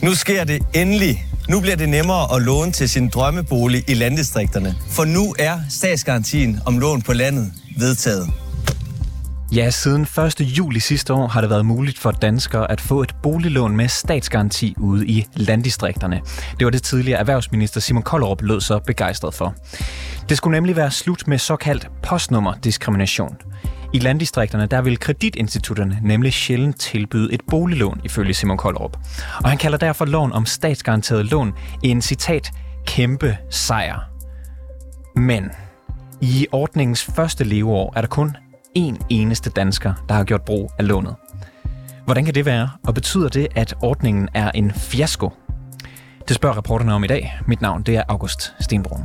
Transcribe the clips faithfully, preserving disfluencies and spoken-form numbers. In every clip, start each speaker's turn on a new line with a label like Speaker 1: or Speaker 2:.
Speaker 1: Nu sker det endelig. Nu bliver det nemmere at låne til sin drømmebolig i landdistrikterne. For nu er statsgarantien om lån på landet vedtaget.
Speaker 2: Ja, siden første juli sidste år har det været muligt for danskere at få et boliglån med statsgaranti ude i landdistrikterne. Det var det tidligere erhvervsminister Simon Kollerup lød så begejstret for. Det skulle nemlig være slut med såkaldt postnummerdiskrimination. I landdistrikterne der vil kreditinstitutterne nemlig sjældent tilbyde et boliglån, ifølge Simon Kollerup. Og han kalder derfor loven om statsgaranteret lån en, citat, kæmpe sejr. Men i ordningens første leveår er der kun én eneste dansker, der har gjort brug af lånet. Hvordan kan det være, og betyder det, at ordningen er en fiasko? Det spørger reporterne om i dag. Mit navn det er August Stenbrun.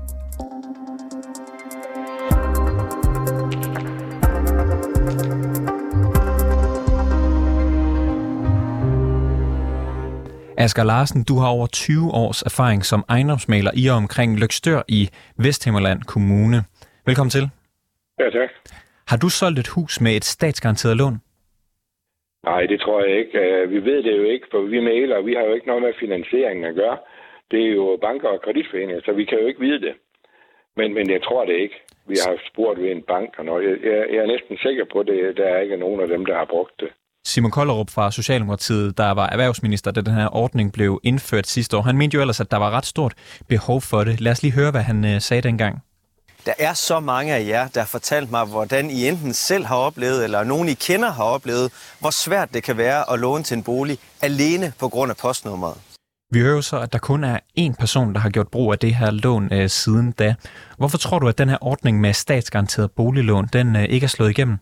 Speaker 2: Asger Larsen, du har over tyve års erfaring som ejendomsmægler i og omkring Løgstør i Vesthimmerland Kommune. Velkommen til.
Speaker 3: Ja, tak.
Speaker 2: Har du solgt et hus med et statsgaranteret lån?
Speaker 3: Nej, det tror jeg ikke. Vi ved det jo ikke, for vi mæglere, vi har jo ikke noget med finansieringen at gøre. Det er jo banker og kreditforeninger, så vi kan jo ikke vide det. Men, men jeg tror det ikke. Vi har spurgt ved en bank, og jeg, jeg er næsten sikker på det. Der er ikke nogen af dem, der har brugt det.
Speaker 2: Simon Kollerup fra Socialdemokratiet, der var erhvervsminister, da den her ordning blev indført sidste år. Han mente jo ellers, at der var ret stort behov for det. Lad os lige høre, hvad han sagde dengang.
Speaker 1: Der er så mange af jer, der har fortalt mig, hvordan I enten selv har oplevet, eller nogen I kender har oplevet, hvor svært det kan være at låne til en bolig alene på grund af postnummeret.
Speaker 2: Vi hører jo så, at der kun er én person, der har gjort brug af det her lån øh, siden da. Hvorfor tror du, at den her ordning med statsgaranteret boliglån, den øh, ikke er slået igennem?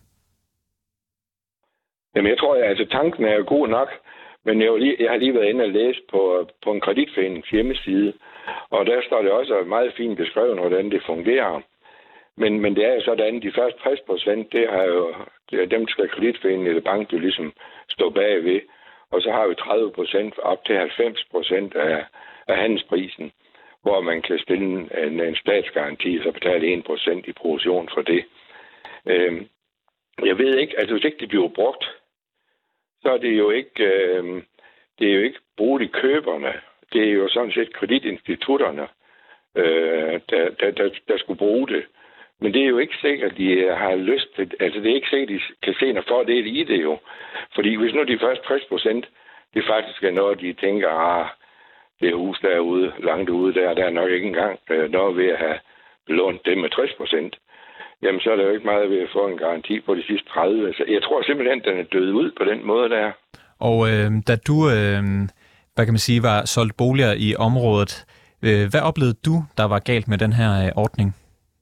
Speaker 3: Jamen jeg tror, at altså, tanken er jo god nok, men jeg, lige, jeg har lige været inde og læse på, på en kreditforenings hjemmeside, og der står det også meget fint beskrevet, hvordan det fungerer. Men, men det er jo sådan, at de første tres procent, det har jo, det er dem skal kreditforeningen eller bank jo ligesom stå bagved. Og så har vi tredive procent op til halvfems procent af, af handelsprisen, hvor man kan stille en, en statsgaranti, så betale en procent i provision for det. Øhm, jeg ved ikke, altså hvis ikke det bliver brugt, så er det jo ikke, øhm, det er jo ikke boligkøberne. Det er jo sådan set kreditinstitutterne, øh, der, der, der, der skulle bruge det. Men det er jo ikke sikkert, at de har lyst til, altså det er ikke sikkert, at de kan se noget fordel i det jo. Fordi hvis nu de første tres procent, det faktisk er noget, de tænker, ah, det hus derude, langt ude der, der er nok ikke engang noget ved at have belånt det med tres procent. Jamen så er der jo ikke meget ved at få en garanti på de sidste tredive. Så jeg tror simpelthen, at den er død ud på den måde der.
Speaker 2: Og øh, da du, øh, hvad kan man sige, var solgt boliger i området, øh, hvad oplevede du, der var galt med den her øh, ordning?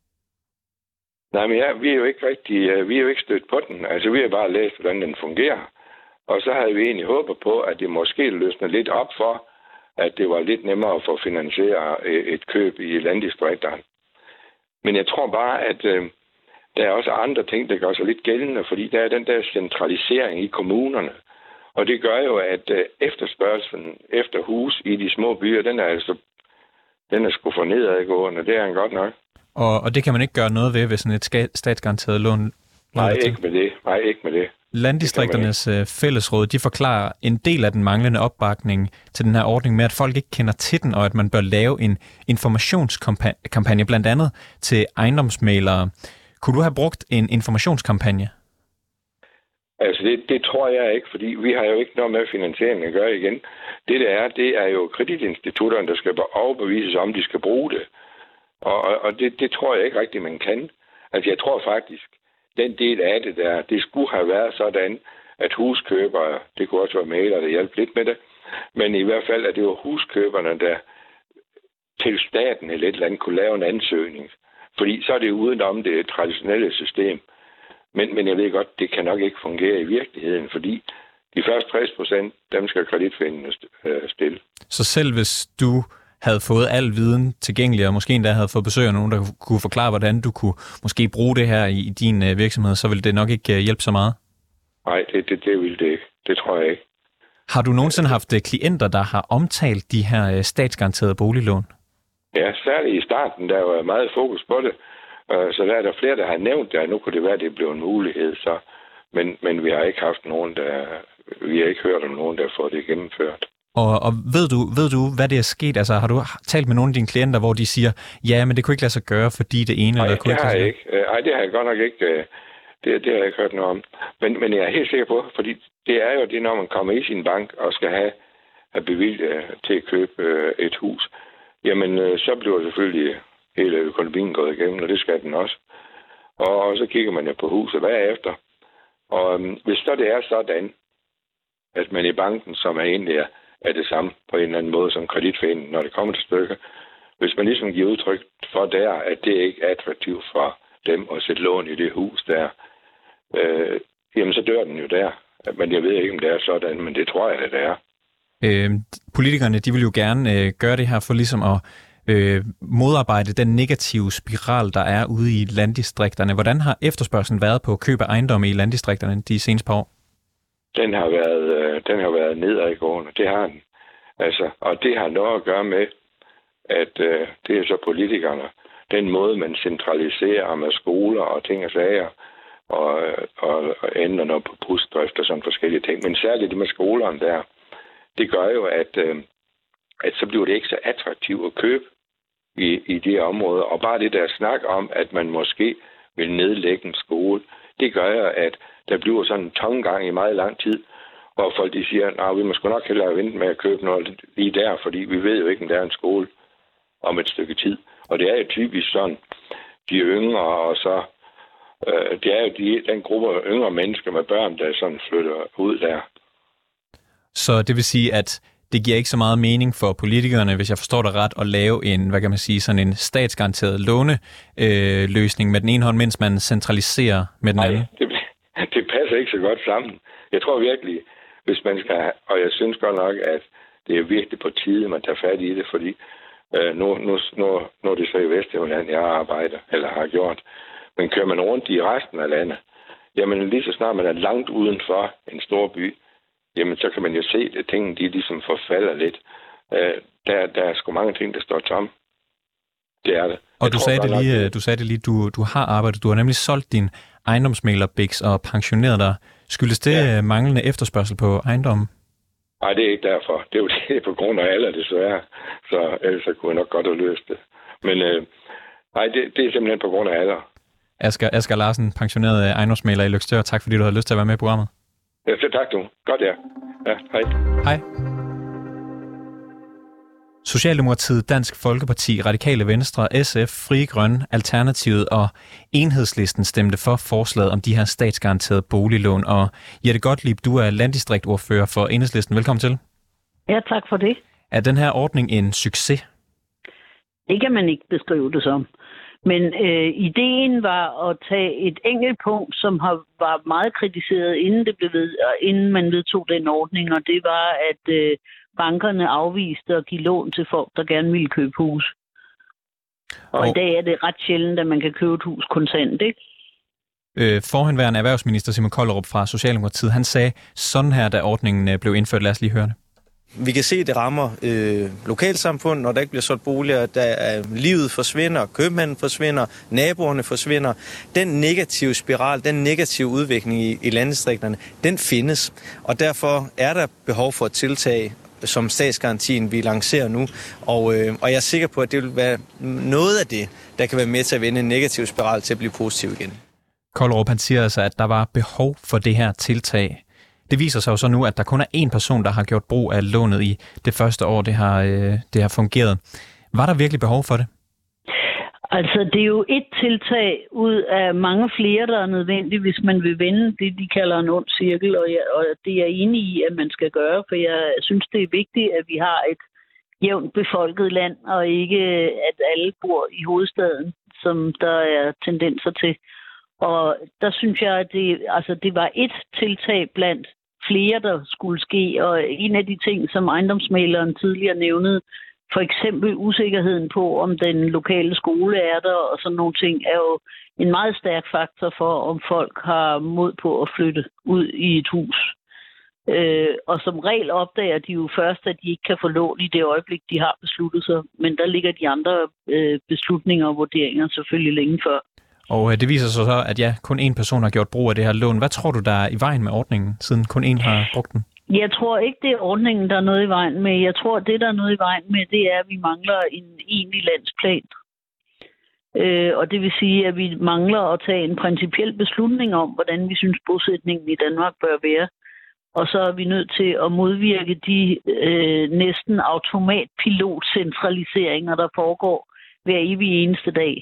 Speaker 3: Nej, men ja, vi er jo ikke rigtig, vi er jo ikke stødt på den. Altså, vi har bare læst, hvordan den fungerer. Og så havde vi egentlig håbet på, at det måske løsnede lidt op for, at det var lidt nemmere at få finansieret et køb i landdistrikterne. Men jeg tror bare, at øh, der er også andre ting, der gør sig lidt gældende, fordi der er den der centralisering i kommunerne. Og det gør jo, at øh, efterspørgselen efter hus i de små byer, den er altså den er sgu for nedadgående. Det er han godt nok.
Speaker 2: Og, og det kan man ikke gøre noget ved, hvis sådan et statsgaranteret lån...
Speaker 3: Nej, ikke med det. Nej, ikke med det.
Speaker 2: Landdistrikternes det fællesråd, de forklarer en del af den manglende opbakning til den her ordning med, at folk ikke kender til den, og at man bør lave en informationskampagne, blandt andet til ejendomsmælere. Kunne du have brugt en informationskampagne?
Speaker 3: Altså, det, det tror jeg ikke, fordi vi har jo ikke noget med finansieringen at gøre igen. Det, der er, det er jo kreditinstitutterne, der skal overbevises om, de skal bruge det. Og, og det, det tror jeg ikke rigtigt, man kan. Altså, jeg tror faktisk, den del af det der, det skulle have været sådan, at huskøbere, det kunne også være mæglere, der hjalp lidt med det, men i hvert fald, at det var huskøberne, der til staten eller et eller andet kunne lave en ansøgning. Fordi så er det udenom det traditionelle system. Men, men jeg ved godt, det kan nok ikke fungere i virkeligheden, fordi de første tres procent, dem skal kreditforeningerne stille.
Speaker 2: Så selv hvis du havde fået al viden tilgængelig, og måske endda havde fået besøg af nogen, der kunne forklare, hvordan du kunne måske bruge det her i din virksomhed, så ville det nok ikke hjælpe så meget?
Speaker 3: Nej, det, det, det ville det ikke. Det tror jeg ikke.
Speaker 2: Har du nogensinde haft klienter, der har omtalt de her statsgaranterede boliglån?
Speaker 3: Ja, særligt i starten, der var meget fokus på det. Så der er der flere, der har nævnt det, og nu kunne det være, at det blev en mulighed. Så. Men, men vi har ikke haft nogen, der... Vi har ikke hørt om nogen, der har fået det gennemført.
Speaker 2: Og, og ved, du, ved du, hvad det er sket? Altså, har du talt med nogle af dine klienter, hvor de siger, ja, men det kunne ikke lade sig gøre, fordi det ene...
Speaker 3: Nej,
Speaker 2: eller
Speaker 3: det har jeg ikke. Nej, det har jeg godt nok ikke. Det, det har jeg ikke hørt noget om. Men, men jeg er helt sikker på, fordi det er jo det, når man kommer i sin bank og skal have, have bevilget til at købe et hus, jamen, så bliver selvfølgelig hele økonomien gået igennem, og det skal den også. Og, og så kigger man jo på huset bagefter. Og um, hvis så det er sådan, at man i banken, som er egentlig er, er det samme på en eller anden måde som kreditforeningen, når det kommer til stykker, hvis man ligesom giver udtryk for der, at det ikke er attraktivt for dem at sætte lån i det hus der, øh, jamen så dør den jo der. Men jeg ved ikke, om det er sådan, men det tror jeg, at det er.
Speaker 2: Øh, politikerne, de vil jo gerne øh, gøre det her for ligesom at øh, modarbejde den negative spiral, der er ude i landdistrikterne. Hvordan har efterspørgselen været på køb af ejendomme i landdistrikterne de seneste par år?
Speaker 3: Den har været, øh, den har været nedadgående. Det har den. Altså, og det har noget at gøre med, at øh, det er så politikerne. Den måde, man centraliserer med skoler og ting og sager, og, og, og ændrer noget på busdrift og sådan forskellige ting. Men særligt det med skolerne der, det gør jo, at, øh, at så bliver det ikke så attraktivt at købe i, i de områder. Og bare det der snak om, at man måske vil nedlægge en skole, det gør jo, at der bliver sådan en tomgang i meget lang tid, hvor folk de siger, at vi må sgu nok hellere vente med at købe noget lige der, fordi vi ved jo ikke, om der er en skole om et stykke tid. Og det er jo typisk sådan, de yngre, og så øh, det er jo de, den gruppe af yngre mennesker med børn, der sådan flytter ud der.
Speaker 2: Så det vil sige, at det giver ikke så meget mening for politikerne, hvis jeg forstår det ret, at lave en, hvad kan man sige, sådan en statsgaranteret låneløsning øh, med den ene hånd, mens man centraliserer med den anden?
Speaker 3: Nej, det, det passer ikke så godt sammen. Jeg tror virkelig, hvis man skal, og jeg synes godt nok, at det er virkelig på tide, man tager fat i det, fordi øh, nu, nu, nu, nu er det så i Vestjylland, jeg arbejder, eller har gjort. Men kører man rundt i resten af landet, jamen lige så snart man er langt uden for en stor by, jamen så kan man jo se, at tingene de ligesom forfalder lidt. Øh, der, der er sgu mange ting, der står tom. Det er det.
Speaker 2: Og du sagde det, lige, du sagde det lige, du, du har arbejdet, du har nemlig solgt din ejendomsmæglerbiks og pensioneret dig. Skyldes det ja. manglende efterspørgsel på ejendommen? Nej,
Speaker 3: det er ikke derfor. Det er jo det på grund af alder, desværre. Så ellers så kunne jeg nok godt have løst det. Men øh, nej, det, det er simpelthen på grund af alder.
Speaker 2: Asger, Asger Larsen, pensioneret ejendomsmægler i Løgstør. Tak fordi du havde lyst til at være med i programmet.
Speaker 3: Ja, så tak du. Godt ja. Ja, hej.
Speaker 2: Hej. Socialdemokratiet, Dansk Folkeparti, Radikale Venstre, S F, Frie Grønne, Alternativet og Enhedslisten stemte for forslaget om de her statsgaranterede boliglån. Og Jette Gottlieb, du er landdistriktordfører for Enhedslisten. Velkommen til.
Speaker 4: Ja, tak for det.
Speaker 2: Er den her ordning en succes?
Speaker 4: Det kan man ikke beskrive det som. Men øh, ideen var at tage et enkelt punkt, som har, var meget kritiseret, inden det blev ved, inden man vedtog den ordning, og det var, at øh, bankerne afviste at give lån til folk, der gerne ville købe hus. Og, og i dag er det ret sjældent, at man kan købe et hus kontant, ikke?
Speaker 2: Øh, forhenværende erhvervsminister Simon Kollerup fra Socialdemokratiet, han sagde sådan her, da ordningen blev indført. Lad os lige høre det.
Speaker 1: Vi kan se, at det rammer øh, lokalsamfund, når der ikke bliver solgt boliger, der er, livet forsvinder, købmanden forsvinder, naboerne forsvinder. Den negative spiral, den negative udvikling i, i landdistrikterne, den findes. Og derfor er der behov for et tiltag som statsgarantien, vi lancerer nu. Og, øh, og jeg er sikker på, at det vil være noget af det, der kan være med til at vende en negativ spiral til at blive positiv igen.
Speaker 2: Kollerup, han siger altså, at der var behov for det her tiltag. Det viser sig jo så nu, at der kun er én person, der har gjort brug af lånet i det første år, det har, øh, det har fungeret. Var der virkelig behov for det?
Speaker 4: Altså, det er jo et tiltag ud af mange flere, der er nødvendigt, hvis man vil vende det, de kalder en ond cirkel, og, jeg, og det er jeg enig i, at man skal gøre, for jeg synes, det er vigtigt, at vi har et jævnt befolket land, og ikke at alle bor i hovedstaden, som der er tendenser til. Og der synes jeg, at det, altså, det var et tiltag blandt flere, der skulle ske, og en af de ting, som ejendomsmægleren tidligere nævnede, for eksempel usikkerheden på, om den lokale skole er der, og sådan nogle ting, er jo en meget stærk faktor for, om folk har mod på at flytte ud i et hus. Øh, og som regel opdager de jo først, at de ikke kan få lån i det øjeblik, de har besluttet sig, men der ligger de andre øh, beslutninger og vurderinger selvfølgelig længe før.
Speaker 2: Og det viser sig så, at ja, kun én person har gjort brug af det her lån. Hvad tror du, der er i vejen med ordningen, siden kun én har brugt den?
Speaker 4: Jeg tror ikke, det er ordningen, der er noget i vejen med. Jeg tror, det, der er noget i vejen med, det er, at vi mangler en egentlig landsplan. Øh, og det vil sige, at vi mangler at tage en principiel beslutning om, hvordan vi synes, bosætningen i Danmark bør være. Og så er vi nødt til at modvirke de øh, næsten automatpilotcentraliseringer, der foregår hver evig eneste dag.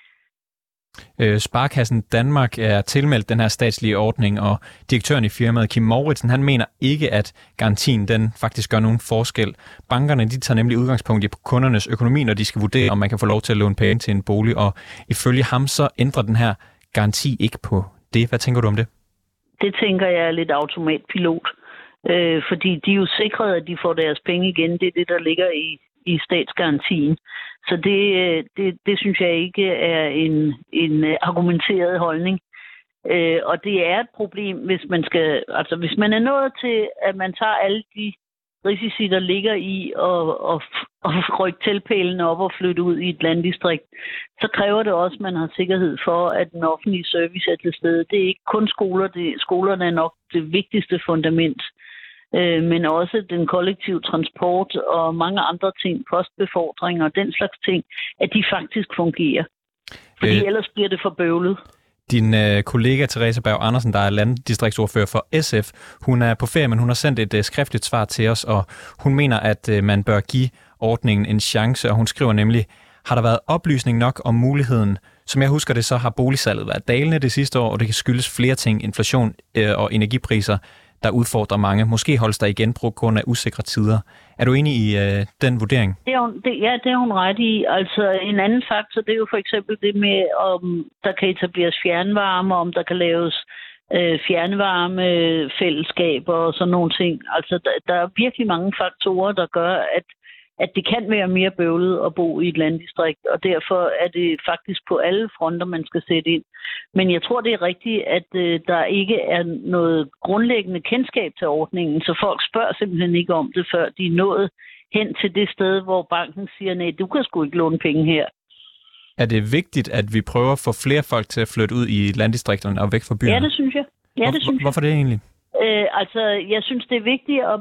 Speaker 2: Sparekassen Danmark er tilmeldt den her statslige ordning, og direktøren i firmaet, Kim Mouritsen, han mener ikke, at garantien den faktisk gør nogen forskel. Bankerne de tager nemlig udgangspunkt i kundernes økonomi, når de skal vurdere, om man kan få lov til at låne penge til en bolig, og ifølge ham så ændrer den her garanti ikke på det. Hvad tænker du om det?
Speaker 4: Det tænker jeg er lidt automatpilot, øh, fordi de er jo sikret, at de får deres penge igen. Det er det, der ligger i i statsgarantien. Så det, det, det synes jeg ikke er en, en argumenteret holdning. Øh, og det er et problem, hvis man skal, altså hvis man er nået til, at man tager alle de risici, der ligger i og, og, og rykke tilpælene op og flytte ud i et landdistrikt, så kræver det også, at man har sikkerhed for, at den offentlige service er til stede. Det er ikke kun skoler. Det, skolerne er nok det vigtigste fundament, men også den kollektive transport og mange andre ting, postbefordring og den slags ting, at de faktisk fungerer. Fordi øh, ellers bliver det for bøvlet.
Speaker 2: Din øh, kollega Therese Berg Andersen, der er landdistriktsordfører for S F, hun er på ferie, men hun har sendt et øh, skriftligt svar til os, og hun mener, at øh, man bør give ordningen en chance, og hun skriver nemlig, har der været oplysning nok om muligheden? Som jeg husker det, så har boligsalget været dalende det sidste år, og det kan skyldes flere ting, inflation øh, og energipriser, der udfordrer mange. Måske holdes der igen på grund af usikre tider. Er du enig i øh, den vurdering?
Speaker 4: Det er hun, det, ja, det er hun ret i. Altså en anden faktor, det er jo for eksempel det med, om der kan etableres fjernvarme, om der kan laves øh, fjernvarmefællesskaber og sådan nogle ting. Altså der, der er virkelig mange faktorer, der gør, at at det kan være mere bøvlet at bo i et landdistrikt, og derfor er det faktisk på alle fronter, man skal sætte ind. Men jeg tror, det er rigtigt, at øh, der ikke er noget grundlæggende kendskab til ordningen, så folk spørger simpelthen ikke om det, før de er nået hen til det sted, hvor banken siger, nej, du kan sgu ikke låne penge her.
Speaker 2: Er det vigtigt, at vi prøver at få flere folk til at flytte ud i landdistrikterne og væk fra byerne?
Speaker 4: Ja, det synes jeg. Ja, det synes jeg.
Speaker 2: Hvorfor det egentlig?
Speaker 4: Øh, altså, jeg synes, det er vigtigt at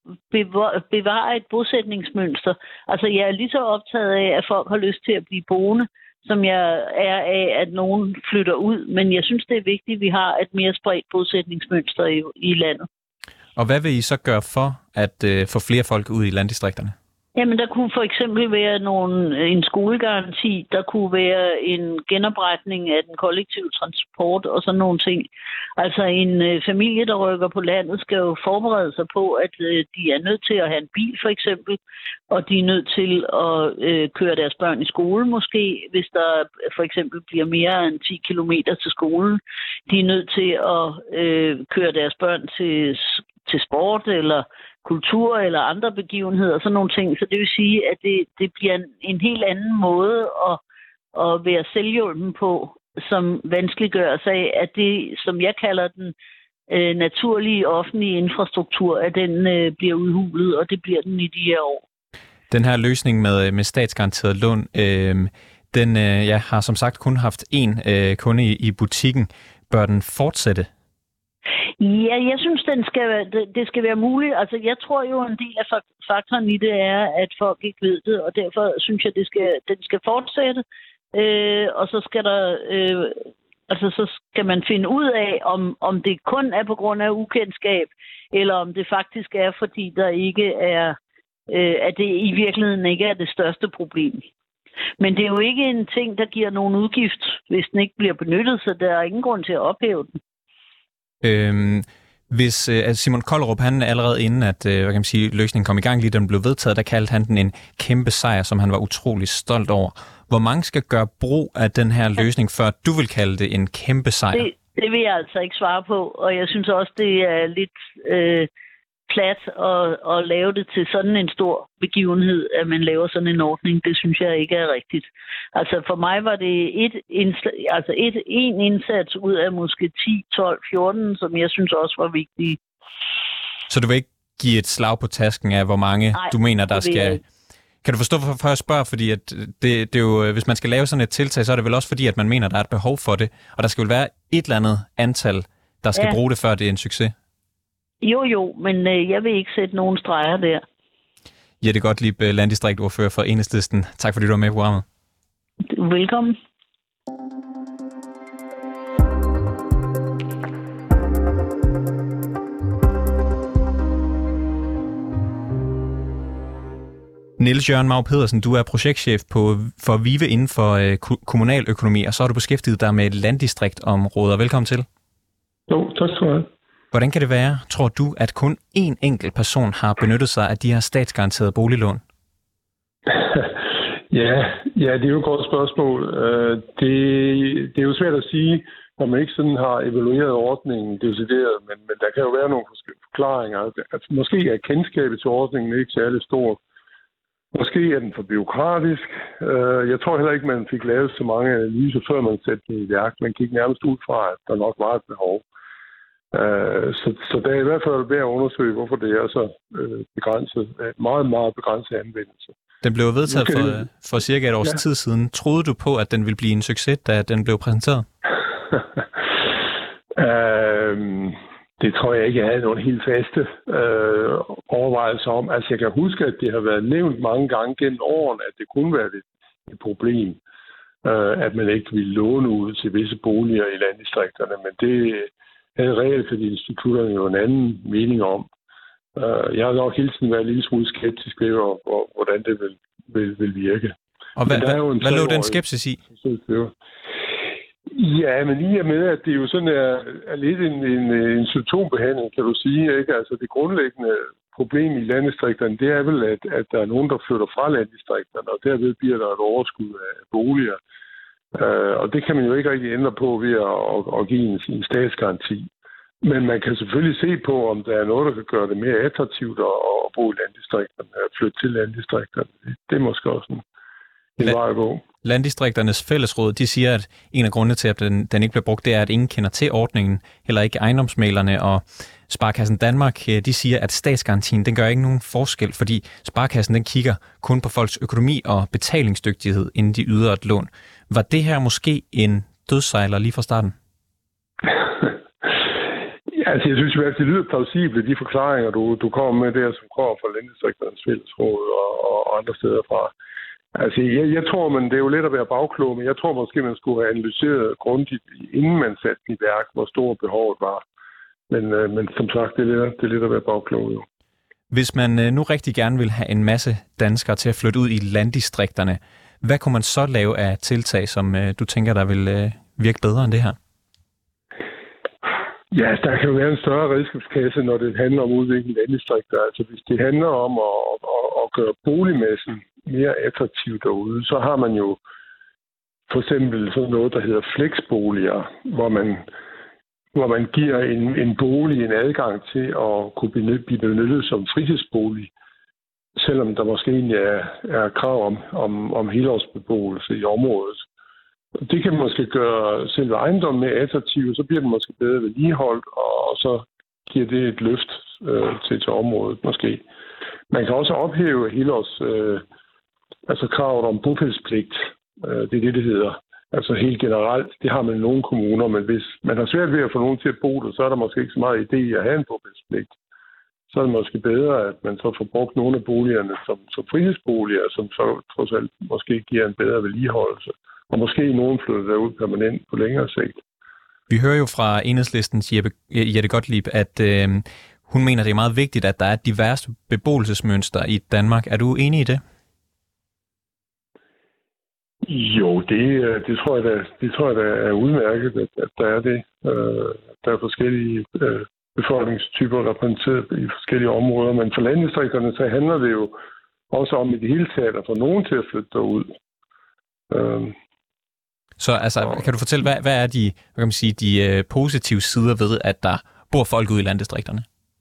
Speaker 4: bevare et bosætningsmønster. Altså, jeg er lige så optaget af, at folk har lyst til at blive boende, som jeg er af, at nogen flytter ud. Men jeg synes, det er vigtigt, at vi har et mere spredt bosætningsmønster i, i landet.
Speaker 2: Og hvad vil I så gøre for at øh, få flere folk ud i landdistrikterne?
Speaker 4: Jamen, der kunne for eksempel være nogle, en skolegaranti, der kunne være en genopretning af den kollektive transport og sådan nogle ting. Altså en øh, familie, der rykker på landet, skal jo forberede sig på, at øh, de er nødt til at have en bil for eksempel, og de er nødt til at øh, køre deres børn i skole måske, hvis der for eksempel bliver mere end ti kilometer til skolen. De er nødt til at øh, køre deres børn til, til sport eller kultur eller andre begivenheder, sådan nogle ting. Så det vil sige, at det, det bliver en, en helt anden måde at, at være selvhjulpen på, som vanskeliggør sig af, at det, som jeg kalder den øh, naturlige offentlige infrastruktur, at den øh, bliver udhulet, og det bliver den i de her år.
Speaker 2: Den her løsning med, med statsgaranteret lån, øh, den øh, ja, har som sagt kun haft én øh, kunde i, i butikken. Bør den fortsætte?
Speaker 4: Ja, jeg synes, den skal, det skal være muligt. Altså, jeg tror jo, en del af faktoren i det er, at folk ikke ved det, og derfor synes jeg, det skal, den skal fortsætte. Øh, og så skal der, øh, altså, så skal man finde ud af, om, om det kun er på grund af ukendskab, eller om det faktisk er, fordi der ikke er, øh, at det i virkeligheden ikke er det største problem. Men det er jo ikke en ting, der giver nogen udgift, hvis den ikke bliver benyttet, så der er ingen grund til at ophæve den.
Speaker 2: Øhm, hvis øh, altså Simon Kollerup, han allerede inden at øh, hvad kan man sige, løsningen kom i gang, lige da den blev vedtaget, der kaldte han den en kæmpe sejr, som han var utrolig stolt over. Hvor mange skal gøre brug af den her løsning, før du vil kalde det en kæmpe sejr?
Speaker 4: Det, det vil jeg altså ikke svare på, og jeg synes også, det er lidt øh, plat at, at lave det til sådan en stor begivenhed, at man laver sådan en ordning. Det synes jeg ikke er rigtigt. Altså for mig var det et, altså et, en indsats ud af måske ti, tolv, fjorten, som jeg synes også var vigtige.
Speaker 2: Så du vil ikke give et slag på tasken af, hvor mange Nej, du mener, der skal Kan du forstå, hvorfor jeg spørger? Fordi at det, det er jo, hvis man skal lave sådan et tiltag, så er det vel også fordi, at man mener, at der er et behov for det. Og der skal vel være et eller andet antal, der skal ja. bruge det, før det er en succes.
Speaker 4: Jo, jo, men øh, jeg vil ikke sætte nogen streger der.
Speaker 2: Jette Gottlieb, landdistriktordfører for Enhedslisten. Tak fordi du var med i programmet.
Speaker 4: Velkommen.
Speaker 2: Niels Jørgen Mau Pedersen, du er projektchef på, for VIVE inden for øh, kommunaløkonomi, og så har du beskæftiget dig med landdistriktområder. Velkommen til.
Speaker 5: Jo, tak skal du have.
Speaker 2: Hvordan kan det være, tror du, at kun én enkelt person har benyttet sig af de her statsgaranterede boliglån?
Speaker 5: ja, ja, det er jo et godt spørgsmål. Det, det er jo svært at sige, når man ikke sådan har evalueret ordningen decideret, men, men der kan jo være nogle forklaringer. Altså, måske er kendskabet til ordningen ikke særlig stort. Måske er den for bureaukratisk. Jeg tror heller ikke, man fik lavet så mange analyser, før man satte den i værk. Man gik nærmest ud fra, at der nok var et behov. Så, så der er i hvert fald værd at undersøge, hvorfor det er så begrænset. Meget, meget begrænset anvendelse.
Speaker 2: Den blev vedtaget for, for cirka et års ja. tid siden. Troede du på, at den ville blive en succes, da den blev præsenteret? øhm... Det tror jeg ikke, jeg havde nogle helt faste øh, overvejelser om. Altså, jeg kan huske, at det har været nævnt mange gange gennem årene, at det kunne være et, et problem, øh, at man ikke ville låne ud til visse boliger i landdistrikterne. Men det havde realkreditinstitutterne jo en anden mening om. Øh, jeg har nok hele tiden været en lille smule skeptisk ved, hvordan det vil, vil, vil virke. Og hvad, hvad, hvad lå den skepsis i?
Speaker 5: Ja, men i og med, at det jo sådan er, er lidt en, en, en symptombehandling, kan du sige, ikke? Altså det grundlæggende problem i landdistrikterne, det er vel, at, at der er nogen, der flytter fra landdistrikterne, og derved bliver der et overskud af boliger. Uh, og det kan man jo ikke rigtig ændre på ved at, at, at give en, en statsgaranti. Men man kan selvfølgelig se på, om der er noget, der kan gøre det mere attraktivt at, at bo i landdistrikterne, at flytte til landdistrikterne. Det er måske også en, en vej at gå.
Speaker 2: Landdistrikternes fællesråd, de siger, at en af grundene til, at den, den ikke bliver brugt, det er, at ingen kender til ordningen, heller ikke ejendomsmælerne, og Sparekassen Danmark, de siger, at statsgarantien, den gør ikke nogen forskel, fordi Sparekassen, den kigger kun på folks økonomi og betalingsdygtighed, inden de yder et lån. Var det her måske en dødssejler lige fra starten?
Speaker 5: Ja, altså, jeg synes jo, at det lyder plausibelt, de forklaringer, du, du kommer med der, som kommer fra Landdistrikternes fællesråd og, og andre steder fra. Altså, jeg, jeg tror, man, det er jo let at være bagklog, men jeg tror måske, man skulle have analyseret grundigt, inden man satte i værk, hvor stort behovet var. Men, øh, men som sagt, det er, lidt, det er lidt at være bagklog, jo.
Speaker 2: Hvis man øh, nu rigtig gerne vil have en masse danskere til at flytte ud i landdistrikterne, hvad kunne man så lave af tiltag, som øh, du tænker, der vil øh, virke bedre end det her?
Speaker 5: Ja, der kan jo være en større redskabskasse, når det handler om udvikling af landdistrikter. Altså, hvis det handler om at, at, at gøre boligmassen mere attraktiv derude, så har man jo for eksempel sådan noget, der hedder flexboliger, hvor man, hvor man giver en, en bolig en adgang til at kunne blive benyttet som fritidsbolig, selvom der måske egentlig er, er krav om, om, om helårsbeboelse i området. Det kan måske gøre selve ejendommen mere attraktiv, så bliver den måske bedre vedligeholdt, og så giver det et løft øh, til, til området måske. Man kan også ophæve helårs øh, altså kravet om bopælspligt. Øh, det er det, det hedder. Altså helt generelt, det har man i nogle kommuner, men hvis man har svært ved at få nogen til at bo der, så er der måske ikke så meget idé at have en bopælspligt. Så er det måske bedre, at man så får brugt nogle af boligerne som, som fritidsboliger, som så trods alt måske giver en bedre vedligeholdelse. Og måske nogen flytter derud permanent på længere sigt.
Speaker 2: Vi hører jo fra Enhedslistens Jette Gottlieb, at øh, hun mener, det er meget vigtigt, at der er et diverse beboelsesmønster i Danmark. Er du enig i det?
Speaker 5: Jo, det, det, tror, jeg, da, det tror jeg da er udmærket, at, at der er det. Øh, der er forskellige øh, befolkningstyper repræsenteret i forskellige områder, men for landdistrikterne så handler det jo også om i det hele taget at få nogen til at flytte derud. Øh,
Speaker 2: Så altså, kan du fortælle, hvad, hvad er de, hvad kan man sige, de øh, positive sider ved, at der bor folk ude i landdistrikterne?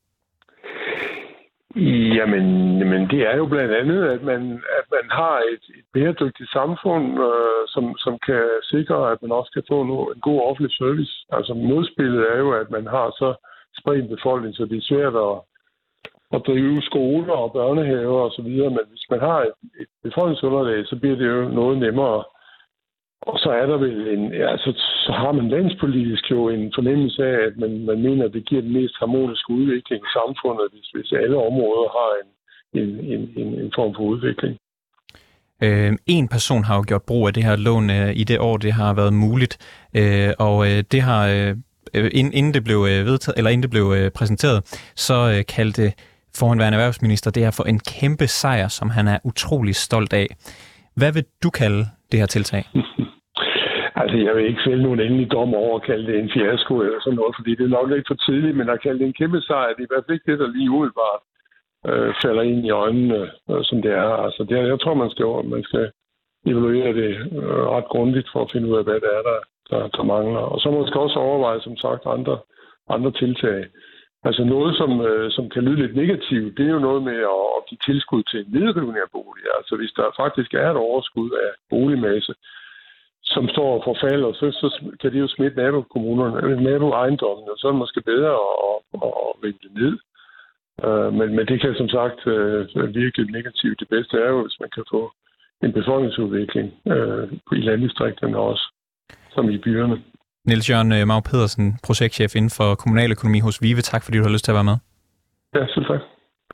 Speaker 5: Jamen, jamen, det er jo blandt andet, at man, at man har et, et bæredygtigt samfund, øh, som, som kan sikre, at man også kan få en god offentlig service. Altså, modspillet er jo, at man har så spredt befolkning, så det er svært at, at drive skoler og børnehaver og så videre, men hvis man har et, et befolkningsunderlag, så bliver det jo noget nemmere. Og så er der vel en, ja, så, så har man landspolitisk jo en fornemmelse af, at man, man mener, at det giver den mest harmoniske udvikling i samfundet, hvis, hvis alle områder har en, en, en, en, en form for udvikling.
Speaker 2: Øh, en person har jo gjort brug af det her lån øh, i det år, det har været muligt, øh, og øh, det har, øh, inden det blev øh, vedtaget, eller inden det blev øh, præsenteret, så øh, kaldte forhenværende erhvervsminister det her for en kæmpe sejr, som han er utrolig stolt af. Hvad vil du kalde det her tiltag?
Speaker 5: Altså, jeg vil ikke fælde nogen endelig dom over at kalde det en fiasko eller sådan noget, fordi det er nok lidt for tidligt, men at kalde det en kæmpe sejr, det er i hvert fald ikke det, der lige umiddelbart øh, falder ind i øjnene, øh, som det er. Altså, det er, jeg tror, man skal, man skal evaluere det øh, ret grundigt for at finde ud af, hvad det er, der, der, der mangler. Og så måske også overveje, som sagt, andre, andre tiltag. Altså noget, som, øh, som kan lyde lidt negativt, det er jo noget med at, at give tilskud til en nedrivning af boliger. Altså hvis der faktisk er et overskud af boligmasse, som står og forfalder, så, så kan det jo smitte nabokommunerne, naboejendommen, og så er det måske bedre at, at, at rive det ned. Uh, men, men det kan som sagt uh, virke lidt negativt. Det bedste er jo, hvis man kan få en befolkningsudvikling uh, i landdistrikterne også, som i byerne.
Speaker 2: Niels Jørgen Mau Pedersen, projektchef inden for kommunaløkonomi hos VIVE. Tak fordi du har lyst til at være med.
Speaker 5: Ja, selv tak.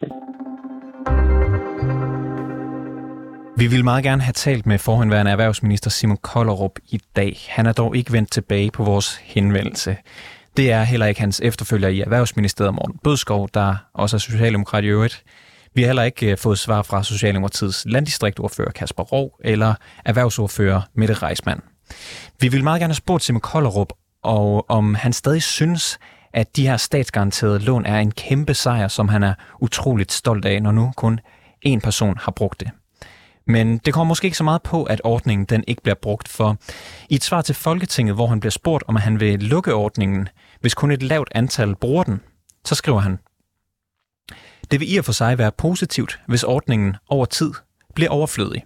Speaker 2: Vi ville meget gerne have talt med forhenværende erhvervsminister Simon Kollerup i dag. Han er dog ikke vendt tilbage på vores henvendelse. Det er heller ikke hans efterfølger i Erhvervsministeriet, Morten Bødskov, der også er socialdemokrat i øvrigt. Vi har heller ikke fået svar fra Socialdemokratiets landdistriktordfører Kasper Roug eller erhvervsordfører Mette Reismann. Vi vil meget gerne have spurgt Simon Kollerup, og om han stadig synes, at de her statsgaranterede lån er en kæmpe sejr, som han er utroligt stolt af, når nu kun én person har brugt det. Men det kommer måske ikke så meget på, at ordningen den ikke bliver brugt, for i et svar til Folketinget, hvor han bliver spurgt, om han vil lukke ordningen, hvis kun et lavt antal bruger den, så skriver han: Det vil i og for sig være positivt, hvis ordningen over tid bliver overflødig.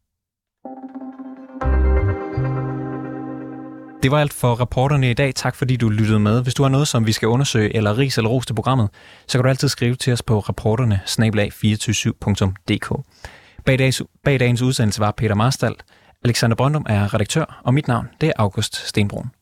Speaker 2: Det var alt for reporterne i dag. Tak fordi du lyttede med. Hvis du har noget, som vi skal undersøge, eller ris eller ros til programmet, så kan du altid skrive til os på reporterne snabel-a to fire syv punktum d k. Bag dagens, bag dagens udsendelse var Peter Marstal. Alexander Brøndum er redaktør, og mit navn det er August Stenbrun.